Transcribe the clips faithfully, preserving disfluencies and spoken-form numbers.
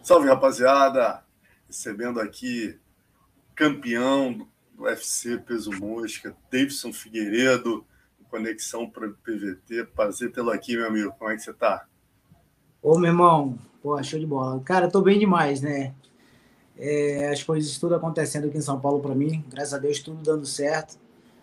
Salve, rapaziada! Recebendo aqui campeão do U F C Peso Mosca, Davidson Figueiredo, conexão para o P V T. Prazer tê-lo aqui, meu amigo. Como é que você tá? Ô, meu irmão, pô, show de bola. Cara, tô bem demais, né? É, as coisas tudo acontecendo aqui em São Paulo para mim, graças a Deus, tudo dando certo.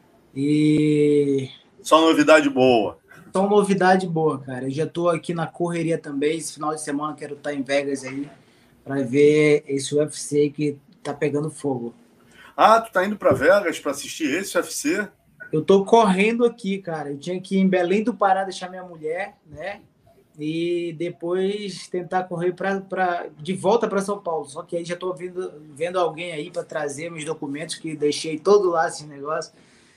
E Só novidade boa. só uma novidade boa, cara. Eu já tô aqui na correria também. Esse final de semana quero estar em Vegas aí para ver esse U F C que tá pegando fogo. Ah, tu tá indo para Vegas para assistir esse U F C? Eu tô correndo aqui, cara. Eu tinha que ir em Belém do Pará deixar minha mulher, né? E depois tentar correr pra, pra, de volta para São Paulo. Só que aí já estou vendo, vendo alguém aí para trazer meus documentos, que deixei todo lá esse negócio.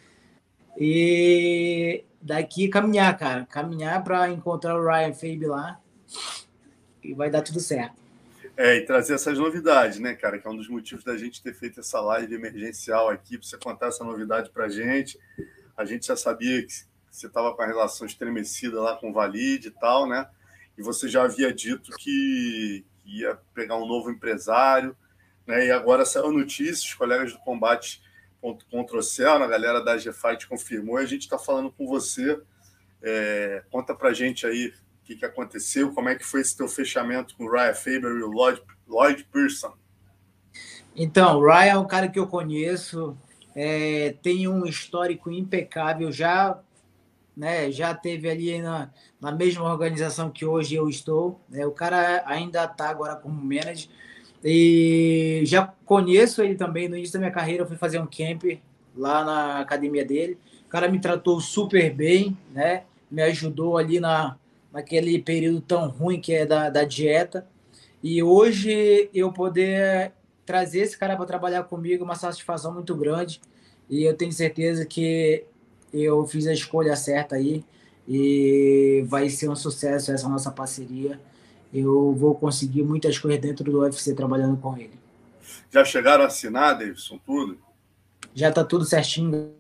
E daqui caminhar, cara. Caminhar para encontrar o Ryan Fabe lá. E vai dar tudo certo. É, e trazer essas novidades, né, cara? Que é um dos motivos da gente ter feito essa live emergencial aqui, para você contar essa novidade pra gente. A gente já sabia que você estava com a relação estremecida lá com o Valide e tal, né? E você já havia dito que ia pegar um novo empresário, né? E agora saiu a notícia, os colegas do Combate contra o Céu, a galera da G-Fight confirmou, e a gente está falando com você. É, conta pra gente aí o que, que aconteceu, como é que foi esse teu fechamento com o Ryan Faber e o Lloyd, Lloyd Pearson. Então, o Ryan é um cara que eu conheço, é, tem um histórico impecável, já né, já teve ali na, na mesma organização que hoje eu estou, né, o cara ainda está agora como manager, e já conheço ele também. No início da minha carreira eu fui fazer um camp lá na academia dele, o cara me tratou super bem, né, me ajudou ali na, naquele período tão ruim que é da, da dieta, e hoje eu poder trazer esse cara para trabalhar comigo é uma satisfação muito grande, e eu tenho certeza que eu fiz a escolha certa aí e vai ser um sucesso essa nossa parceria. Eu vou conseguir muitas coisas dentro do U F C trabalhando com ele. Já chegaram a assinar, Davidson, tudo? Já tá tudo certinho.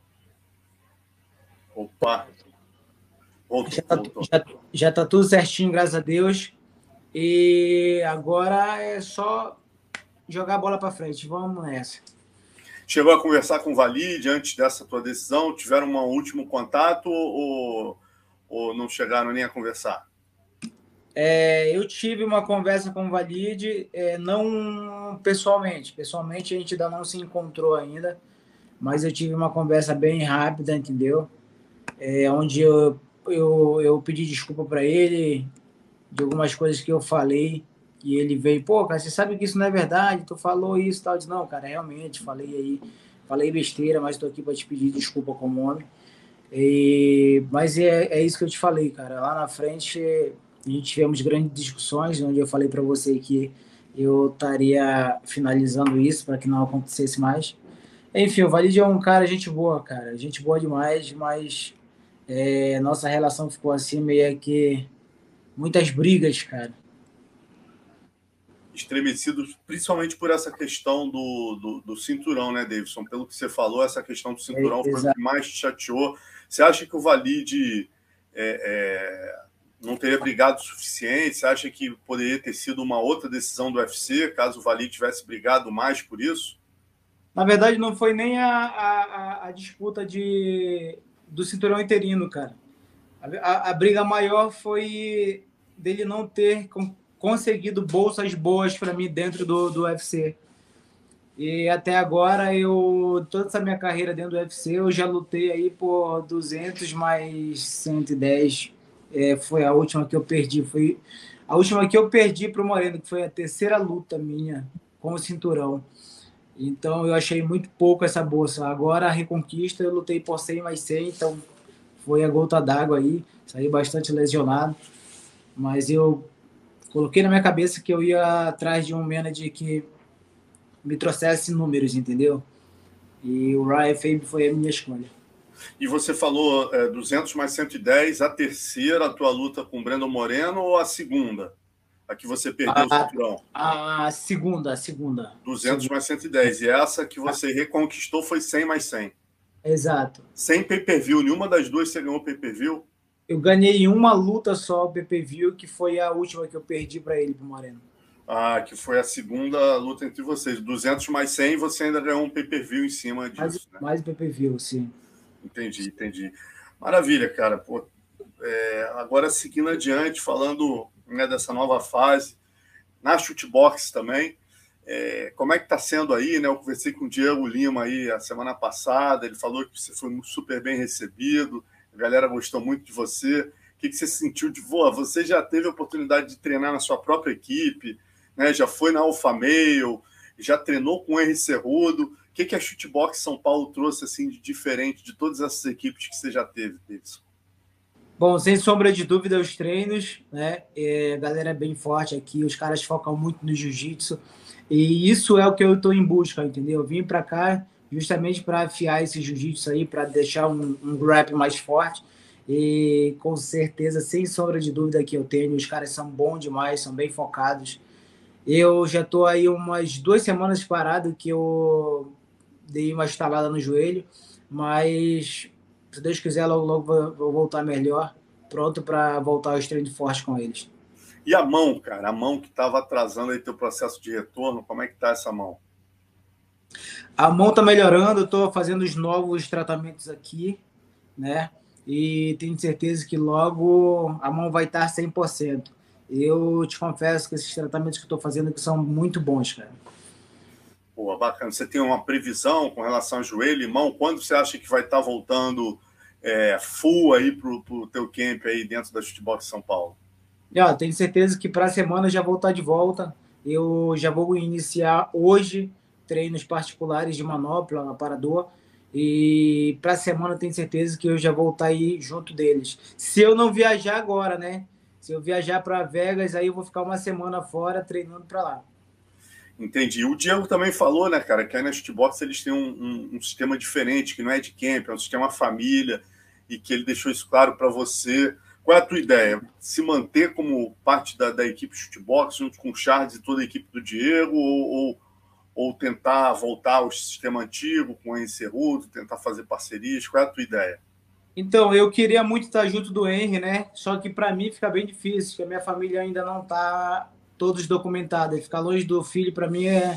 Opa! Voltou, Já tá, voltou. já, já tá tudo certinho, graças a Deus. E agora é só jogar a bola para frente. Vamos nessa. Chegou a conversar com o Valide antes dessa tua decisão? Tiveram um último contato ou, ou não chegaram nem a conversar? É, eu tive uma conversa com o Valide, é, não pessoalmente. Pessoalmente a gente ainda não se encontrou ainda, mas eu tive uma conversa bem rápida, entendeu? É, onde eu, eu, eu pedi desculpa para ele de algumas coisas que eu falei, e ele veio, pô, cara, você sabe que isso não é verdade, tu falou isso e tal. Eu disse, não, cara, realmente, falei aí, falei besteira, mas tô aqui para te pedir desculpa como homem. E, mas é, é isso que eu te falei, cara. Lá na frente a gente tivemos grandes discussões, onde eu falei para você que eu estaria finalizando isso para que não acontecesse mais. Enfim, o Valide é um cara, gente boa, cara, gente boa demais, mas é, nossa relação ficou assim, meio que muitas brigas, cara. Estremecidos, principalmente por essa questão do, do, do cinturão, né, Davidson? Pelo que você falou, essa questão do cinturão É, foi o que mais te chateou. Você acha que o Valide é, é, não teria brigado o suficiente? Você acha que poderia ter sido uma outra decisão do U F C, caso o Valide tivesse brigado mais por isso? Na verdade, não foi nem a, a, a disputa de, do cinturão interino, cara. A, a briga maior foi dele não ter conseguido bolsas boas para mim dentro do, do U F C. E até agora, eu toda essa minha carreira dentro do U F C, eu já lutei aí por duzentos mais cento e dez. É, foi a última que eu perdi. Foi a última que eu perdi para o Moreno, que foi a terceira luta minha com o cinturão. Então, eu achei muito pouco essa bolsa. Agora, a Reconquista, eu lutei por cem mais cem, então foi a gota d'água aí. Saí bastante lesionado. Mas eu coloquei na minha cabeça que eu ia atrás de um manager que me trouxesse números, entendeu? E o Ryan Fabe foi a minha escolha. E você falou é, duzentos mais cento e dez, a terceira, a tua luta com o Brandon Moreno, ou a segunda? A que você perdeu A, o cinturão? a segunda, a segunda. duzentos segunda. mais cento e dez. E essa que você reconquistou foi cem mais cem. Exato. Sem pay-per-view. Nenhuma das duas você ganhou pay-per-view? Eu ganhei uma luta só, o P P V, que foi a última que eu perdi para ele, pro Moreno. Ah, que foi a segunda luta entre vocês. duzentos mais cem, você ainda ganhou um pay-per-view em cima Mais, disso, né? mais P P V, sim. Entendi, entendi. Maravilha, cara. Pô, é, agora, seguindo adiante, falando, né, dessa nova fase, na shootbox também, é, como é que está sendo aí, né? Eu conversei com o Diego Lima aí a semana passada, ele falou que você foi super bem recebido, a galera gostou muito de você. O que, que você sentiu de voa? Você já teve a oportunidade de treinar na sua própria equipe, né? Já foi na Alpha Male, já treinou com o R. Cerrudo. O que, que a Shootbox São Paulo trouxe assim de diferente de todas essas equipes que você já teve, Davidson? Bom, sem sombra de dúvida, os treinos, né? É, a galera é bem forte aqui, os caras focam muito no jiu-jitsu. E isso é o que eu estou em busca, entendeu? Eu vim para cá justamente para afiar esse jiu-jitsu aí, para deixar um, um grip mais forte. E com certeza, sem sombra de dúvida que eu tenho, os caras são bons demais, são bem focados. Eu já estou aí umas duas semanas parado que eu dei uma estalada no joelho, mas se Deus quiser, logo, logo vou voltar melhor, pronto para voltar aos treinos fortes com eles. E a mão, cara, a mão que estava atrasando aí teu processo de retorno, como é que tá essa mão? A mão está melhorando, eu estou fazendo os novos tratamentos aqui, né? E tenho certeza que logo a mão vai estar cem por cento. Eu te confesso que esses tratamentos que estou fazendo aqui são muito bons, cara. Pô, bacana. Você tem uma previsão com relação ao joelho e mão? Quando você acha que vai estar voltando é, full aí pro, pro teu camp aí dentro da Shootbox São Paulo? E, ó, tenho certeza que para a semana eu já vou estar de volta. Eu já vou iniciar hoje treinos particulares de manopla, aparador. E para a semana tenho certeza que eu já vou estar aí junto deles. Se eu não viajar agora, né? Se eu viajar para Vegas, aí eu vou ficar uma semana fora treinando para lá. Entendi. O Diego também falou, né, cara, que aí na Shootbox eles têm um, um, um sistema diferente, que não é de camp, é um sistema família, e que ele deixou isso claro para você. Qual é a tua ideia? Se manter como parte da, da equipe Shootbox, junto com o Charles e toda a equipe do Diego, ou, ou, ou tentar voltar ao sistema antigo com o Henry Cerrudo, tentar fazer parcerias? Qual é a tua ideia? Então, eu queria muito estar junto do Henry, né? Só que para mim fica bem difícil, porque a minha família ainda não está todos documentada. Ficar longe do filho, para mim, é,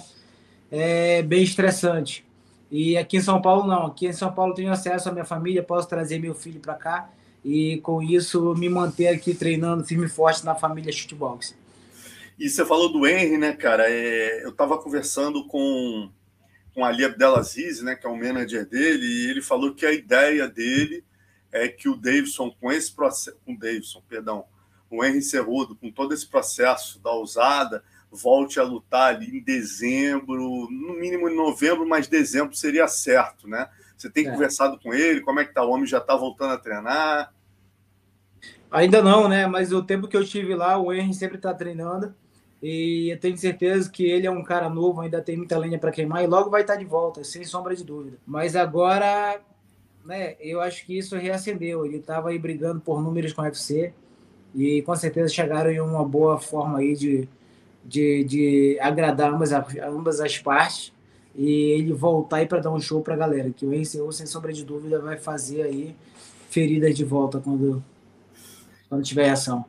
é bem estressante. E aqui em São Paulo, não. Aqui em São Paulo, eu tenho acesso à minha família, posso trazer meu filho para cá e, com isso, me manter aqui treinando firme e forte na família Shootbox. E você falou do Henry, né, cara? É, eu estava conversando com, com Ali Abdelaziz, né, que é o manager dele, e ele falou que a ideia dele é que o Davidson, com esse processo, com o Davidson, perdão, o Henry Cerrudo, com todo esse processo da ousada, volte a lutar ali em dezembro, no mínimo em novembro, mas dezembro seria certo, né? Você tem É. conversado com ele? Como é que tá? O homem já tá voltando a treinar? Ainda não, né? Mas o tempo que eu estive lá, o Henry sempre está treinando. E eu tenho certeza que ele é um cara novo, ainda tem muita lenha para queimar e logo vai estar de volta, sem sombra de dúvida. Mas agora, né, eu acho que isso reacendeu. Ele estava aí brigando por números com o U F C e com certeza chegaram em uma boa forma aí de, de, de agradar ambas, ambas as partes e ele voltar aí para dar um show para a galera. Que o Henry, sem sombra de dúvida, vai fazer aí feridas de volta quando, quando tiver ação.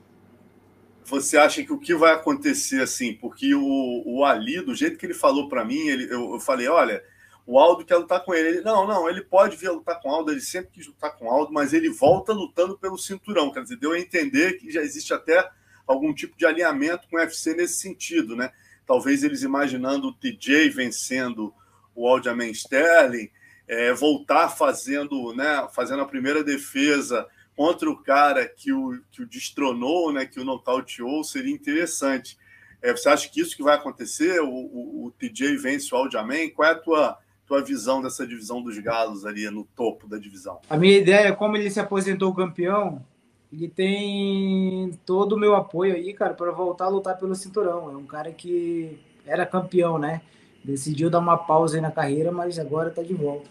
Você acha que o que vai acontecer assim? Porque o, o Ali, do jeito que ele falou para mim, ele, eu, eu falei, olha, o Aldo quer lutar com ele. ele. Não, não, ele pode vir a lutar com o Aldo, ele sempre quis lutar com o Aldo, mas ele volta lutando pelo cinturão. Quer dizer, deu a entender que já existe até algum tipo de alinhamento com o U F C nesse sentido, né? Talvez eles imaginando o T J vencendo o Aljamain Sterling, é, voltar fazendo, né, fazendo a primeira defesa contra o cara que o, que o destronou, né, que o nocauteou, seria interessante. É, você acha que isso que vai acontecer? O, o, o T J vence o Aljamain? Qual é a tua, tua visão dessa divisão dos galos ali no topo da divisão? A minha ideia é como ele se aposentou campeão, ele tem todo o meu apoio aí, cara, para voltar a lutar pelo cinturão. É um cara que era campeão, né? Decidiu dar uma pausa aí na carreira, mas agora tá de volta.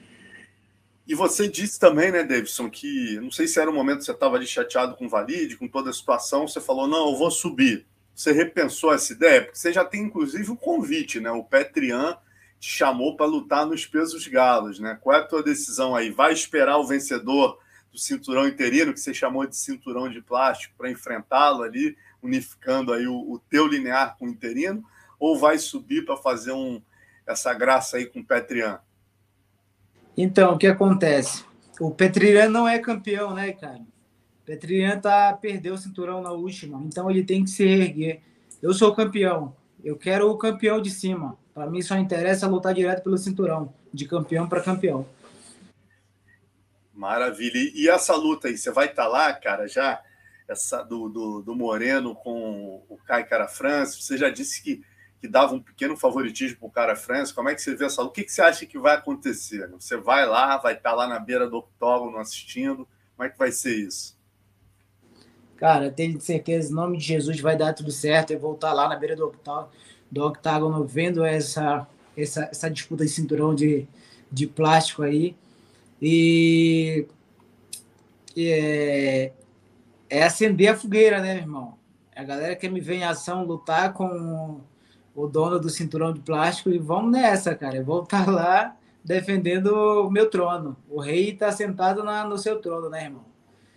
E você disse também, né, Davidson, que não sei se era o momento que você estava ali chateado com o Valide, com toda a situação, você falou, não, eu vou subir. Você repensou essa ideia? Porque você já tem, inclusive, um convite, né? O Petrian te chamou para lutar nos pesos galos, né? Qual é a tua decisão aí? Vai esperar o vencedor do cinturão interino, que você chamou de cinturão de plástico, para enfrentá-lo ali, unificando aí o, o teu linear com o interino, ou vai subir para fazer um, essa graça aí com o Petrian? Então, o que acontece? O Petrian não é campeão, né, cara? O Petrian tá, perdeu o cinturão na última, então ele tem que se erguer. Eu sou campeão, eu quero o campeão de cima. Para mim só interessa lutar direto pelo cinturão, de campeão para campeão. Maravilha. E essa luta aí, você vai estar lá, cara, já? Essa do, do, do Moreno com o Kai Kara-France, você já disse que, que dava um pequeno favoritismo para o Kara-France. Como é que você vê essa luta? O que, que você acha que vai acontecer? Você vai lá, vai estar lá na beira do octógono assistindo. Como é que vai ser isso? Cara, eu tenho certeza, em nome de Jesus vai dar tudo certo. Eu vou estar lá na beira do octógono, do octógono vendo essa, essa, essa disputa de cinturão de, de plástico aí. E é, é acender a fogueira, né, meu irmão? A galera quer me ver em ação, lutar com o dono do cinturão de plástico e vamos nessa, cara. Eu vou estar lá defendendo o meu trono. O rei está sentado na, no seu trono, né, irmão?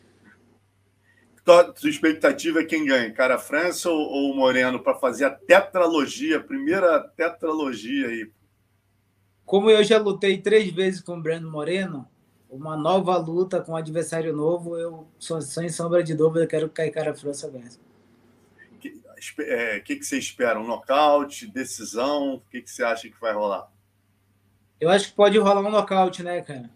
Sua expectativa é quem ganha? Kara-France ou, ou Moreno para fazer a tetralogia, a primeira tetralogia aí? Como eu já lutei três vezes com o Breno Moreno, uma nova luta com um adversário novo, eu sou sem sombra de dúvida, quero que a Kara-France vença. O que, é, que, que você espera? Um nocaute, decisão? O que, que você acha que vai rolar? Eu acho que pode rolar um nocaute, né, cara?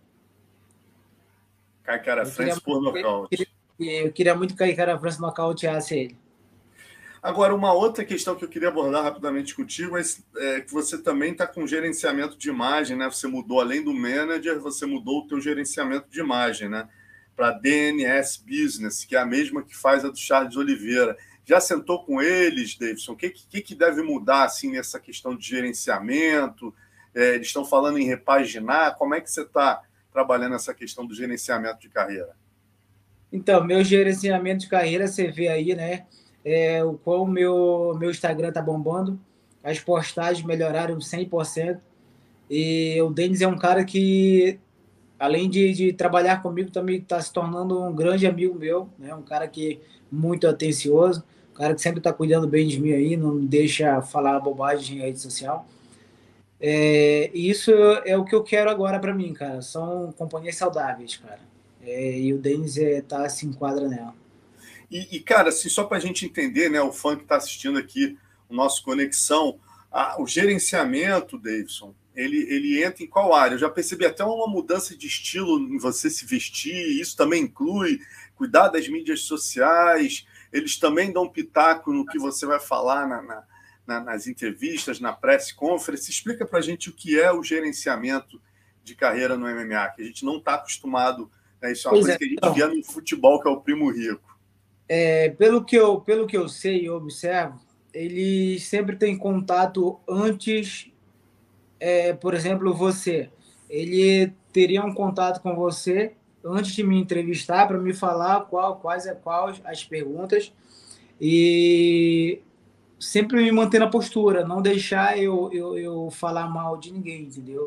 Kai Kara-France por nocaute. Eu queria muito que a Kara-France nocauteasse ele. Agora, uma outra questão que eu queria abordar rapidamente contigo é que você também está com gerenciamento de imagem, né? Você mudou, além do manager, você mudou o teu gerenciamento de imagem, né? Para D N S Business, que é a mesma que faz a do Charles Oliveira. Já sentou com eles, Davidson? O que, que, que deve mudar assim, nessa questão de gerenciamento? É, eles estão falando em repaginar. Como é que você está trabalhando essa questão do gerenciamento de carreira? Então, meu gerenciamento de carreira, você vê aí, né? É, o qual o meu, meu Instagram tá bombando. As postagens melhoraram cem por cento. E o Denis é um cara que, além de, de trabalhar comigo, também está se tornando um grande amigo meu, né? Um cara que muito atencioso, um cara que sempre está cuidando bem de mim aí, não me deixa falar bobagem em rede social. É, e isso é o que eu quero agora para mim, cara. São companhias saudáveis, cara. É, e o Denis é, tá, se enquadra nela. E, e, cara, assim, só para a gente entender, né, o fã que está assistindo aqui, o nosso Conexão, a, o gerenciamento, Davidson, ele, ele entra em qual área? Eu já percebi até uma mudança de estilo em você se vestir, isso também inclui cuidar das mídias sociais, eles também dão pitaco no que você vai falar na, na, na, nas entrevistas, na press conference. Explica para a gente o que é o gerenciamento de carreira no M M A, que a gente não está acostumado, né? Isso é uma pois coisa é, que a gente então... via no futebol, que é o primo rico. É, pelo, que eu, pelo que eu sei e observo, ele sempre tem contato antes, é, por exemplo, você. Ele teria um contato com você antes de me entrevistar para me falar qual, quais é quais as perguntas e sempre me manter na postura, não deixar eu, eu, eu falar mal de ninguém, entendeu?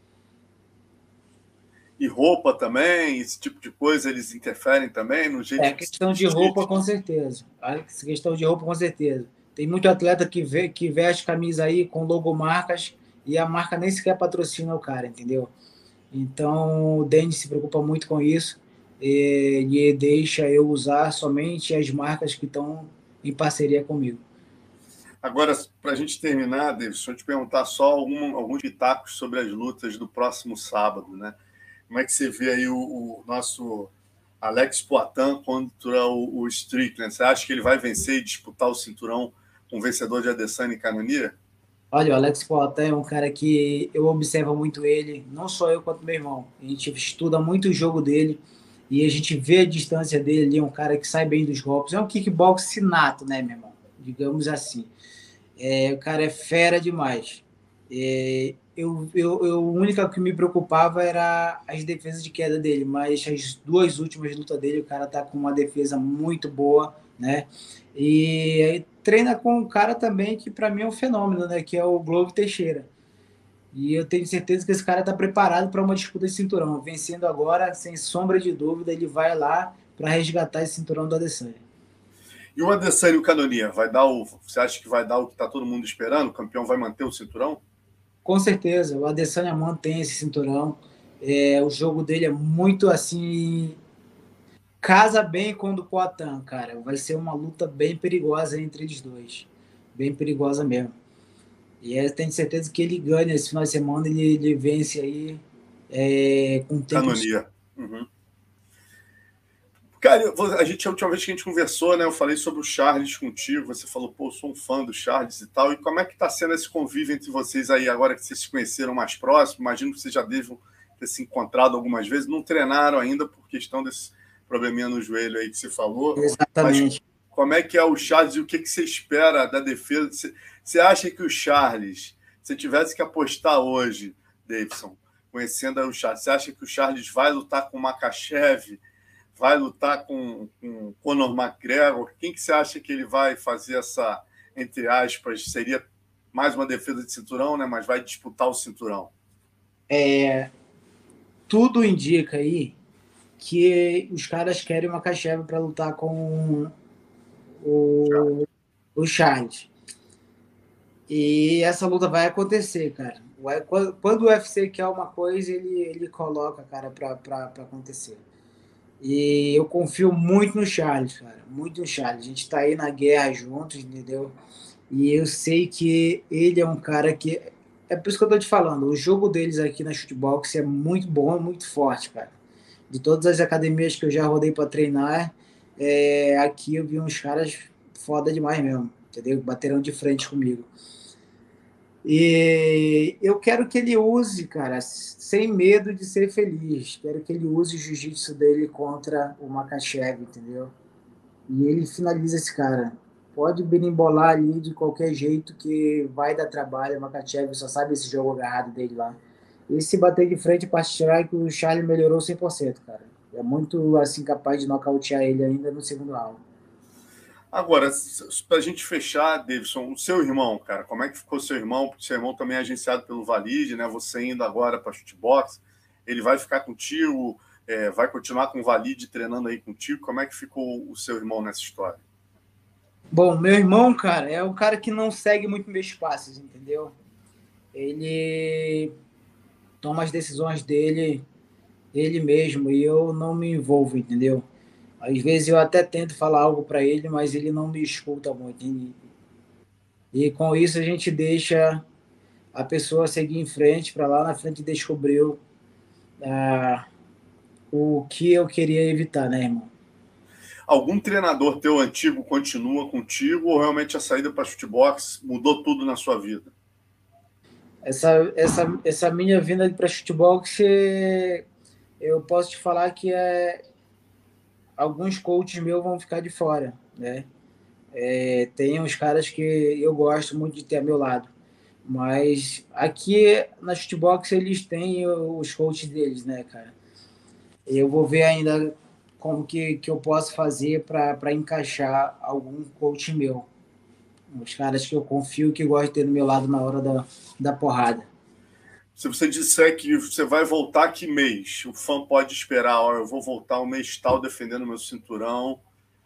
E roupa também, esse tipo de coisa, eles interferem também no jeito é, questão de roupa, com certeza. A questão de roupa, com certeza. Tem muito atleta que, vê, que veste camisa aí com logomarcas e a marca nem sequer patrocina o cara, entendeu? Então, o Denis se preocupa muito com isso e, e deixa eu usar somente as marcas que estão em parceria comigo. Agora, para a gente terminar, Davidson, eu te perguntar só algum, alguns pitacos sobre as lutas do próximo sábado, né? Como é que você vê aí o, o nosso Alex Poatan contra o, o Strickland? Você acha que ele vai vencer e disputar o cinturão com o vencedor de Adesanya e Cannonier? Olha, o Alex Poatan é um cara que eu observo muito ele, não só eu quanto meu irmão. A gente estuda muito o jogo dele e a gente vê a distância dele ali, é um cara que sai bem dos golpes. É um kickbox nato, né, meu irmão? Digamos assim. É, o cara é fera demais. É, eu, eu, eu, a única que me preocupava era as defesas de queda dele, mas as duas últimas lutas dele, o cara tá com uma defesa muito boa, né? E treina com um cara também que para mim é um fenômeno, né? Que é o Globo Teixeira. E eu tenho certeza que esse cara tá preparado para uma disputa de cinturão. Vencendo agora, sem sombra de dúvida, ele vai lá para resgatar esse cinturão do Adesanya. E o Adesanya e o Cannonier, vai dar o, você acha que vai dar o que está todo mundo esperando? O campeão vai manter o cinturão? Com certeza, o Adesanya mantém esse cinturão. É, o jogo dele é muito assim. Casa bem com o do Poatan, cara. Vai ser uma luta bem perigosa entre eles dois. Bem perigosa mesmo. E eu tenho certeza que ele ganha esse final de semana, ele, ele vence aí é, com tempo. Cannonier. Uhum. Cara, a, gente, a última vez que a gente conversou, né, eu falei sobre o Charles contigo, você falou, pô, eu sou um fã do Charles e tal, e como é que tá sendo esse convívio entre vocês aí, agora que vocês se conheceram mais próximo? Imagino que vocês já devam ter se encontrado algumas vezes, não treinaram ainda por questão desse probleminha no joelho aí que você falou. Exatamente. Mas como é que é o Charles e o que, que você espera da defesa? Você, você acha que o Charles, se tivesse que apostar hoje, Davidson, conhecendo o Charles, você acha que o Charles vai lutar com o Makhachev, vai lutar com, com Conor McGregor? Quem que você acha que ele vai fazer essa, entre aspas, seria mais uma defesa de cinturão, né? Mas vai disputar o cinturão? É, tudo indica aí que os caras querem uma Makhachev para lutar com o, o Charles. E essa luta vai acontecer, cara. Quando o U F C quer uma coisa, ele, ele coloca, cara, para acontecer. E eu confio muito no Charles, cara. Muito no Charles. A gente tá aí na guerra juntos, entendeu? E eu sei que ele é um cara que... É por isso que eu tô te falando. O jogo deles aqui na Shootbox é muito bom, é muito forte, cara. De todas as academias que eu já rodei para treinar, é, aqui eu vi uns caras foda demais mesmo, entendeu? Bateram de frente comigo. E eu quero que ele use, cara, sem medo de ser feliz. Quero que ele use o jiu-jitsu dele contra o Makhachev, entendeu? E ele finaliza esse cara. Pode berimbolar ali de qualquer jeito que vai dar trabalho. O Makhachev só sabe esse jogo agarrado dele lá. E se bater de frente para strike, o Charlie melhorou cem por cento, cara. É muito, assim, capaz de nocautear ele ainda no segundo round. Agora, para a gente fechar, Davidson, o seu irmão, cara, como é que ficou seu irmão? Porque seu irmão também é agenciado pelo Valide, né? Você indo agora para a Shootbox, ele vai ficar contigo, é, vai continuar com o Valide treinando aí contigo? Como é que ficou o seu irmão nessa história? Bom, meu irmão, cara, é o cara que não segue muito meus passos, entendeu? Ele toma as decisões dele, ele mesmo, e eu não me envolvo, entendeu? Às vezes eu até tento falar algo para ele, mas ele não me escuta muito. E, e com isso a gente deixa a pessoa seguir em frente, para lá na frente descobriu ah, o que eu queria evitar, né, irmão? Algum treinador teu antigo continua contigo ou realmente a saída para a Shootbox mudou tudo na sua vida? Essa, essa, essa minha vinda para Shootbox, eu posso te falar que é, alguns coaches meus vão ficar de fora, né? É, tem uns caras que eu gosto muito de ter ao meu lado. Mas aqui na Shootbox eles têm os coaches deles, né, cara? Eu vou ver ainda como que, que eu posso fazer para encaixar algum coach meu. Os caras que eu confio que gosto de ter do meu lado na hora da, da porrada. Se você disser que você vai voltar que mês, o fã pode esperar, ó, eu vou voltar um mês tal defendendo meu cinturão.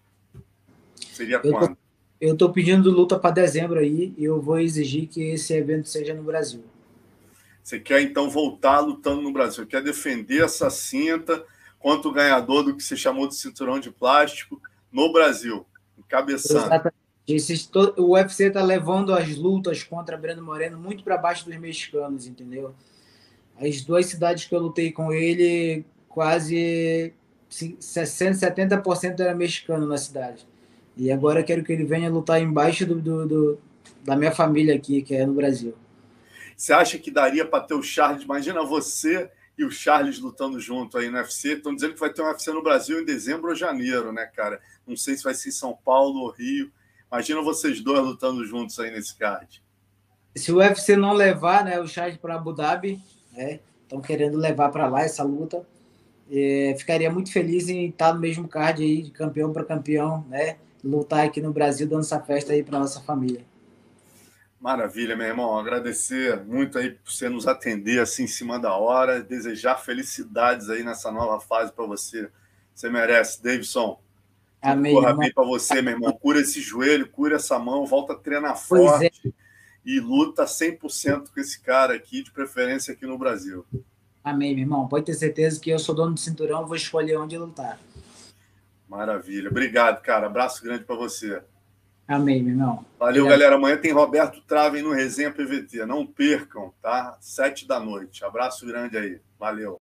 Seria eu quando? Tô, eu tô pedindo luta para dezembro aí e eu vou exigir que esse evento seja no Brasil. Você quer então voltar lutando no Brasil? Quer defender essa cinta contra o ganhador do que você chamou de cinturão de plástico no Brasil, encabeçando. Exatamente. Esses, o U F C tá levando as lutas contra Breno Moreno muito para baixo dos mexicanos, entendeu? As duas cidades que eu lutei com ele, quase sessenta, setenta por cento era mexicano na cidade. E agora eu quero que ele venha lutar embaixo do, do, do da minha família aqui, que é no Brasil. Você acha que daria para ter o Charles? Imagina você e o Charles lutando junto aí no U F C. Estão dizendo que vai ter um U F C no Brasil em dezembro ou janeiro, né, cara? Não sei se vai ser em São Paulo ou Rio. Imagina vocês dois lutando juntos aí nesse card. Se o U F C não levar, né, o Charles para Abu Dhabi, né, estão querendo levar para lá essa luta, é, ficaria muito feliz em estar no mesmo card aí, de campeão para campeão, né, lutar aqui no Brasil, dando essa festa aí para nossa família. Maravilha, meu irmão. Agradecer muito aí por você nos atender assim em cima da hora. Desejar felicidades aí nessa nova fase para você. Você merece, Davidson. Tudo Amém, corra irmão. bem para você, meu irmão. Cura esse joelho, cura essa mão, volta a treinar Pois forte é. e luta cem por cento com esse cara aqui, de preferência aqui no Brasil. Amém, meu irmão. Pode ter certeza que eu sou dono do cinturão, vou escolher onde lutar. Maravilha. Obrigado, cara. Abraço grande para você. Amém, meu irmão. Valeu, Obrigado. galera. Amanhã tem Roberto Traven no Resenha P V T. Não percam, tá? Sete da noite. Abraço grande aí. Valeu.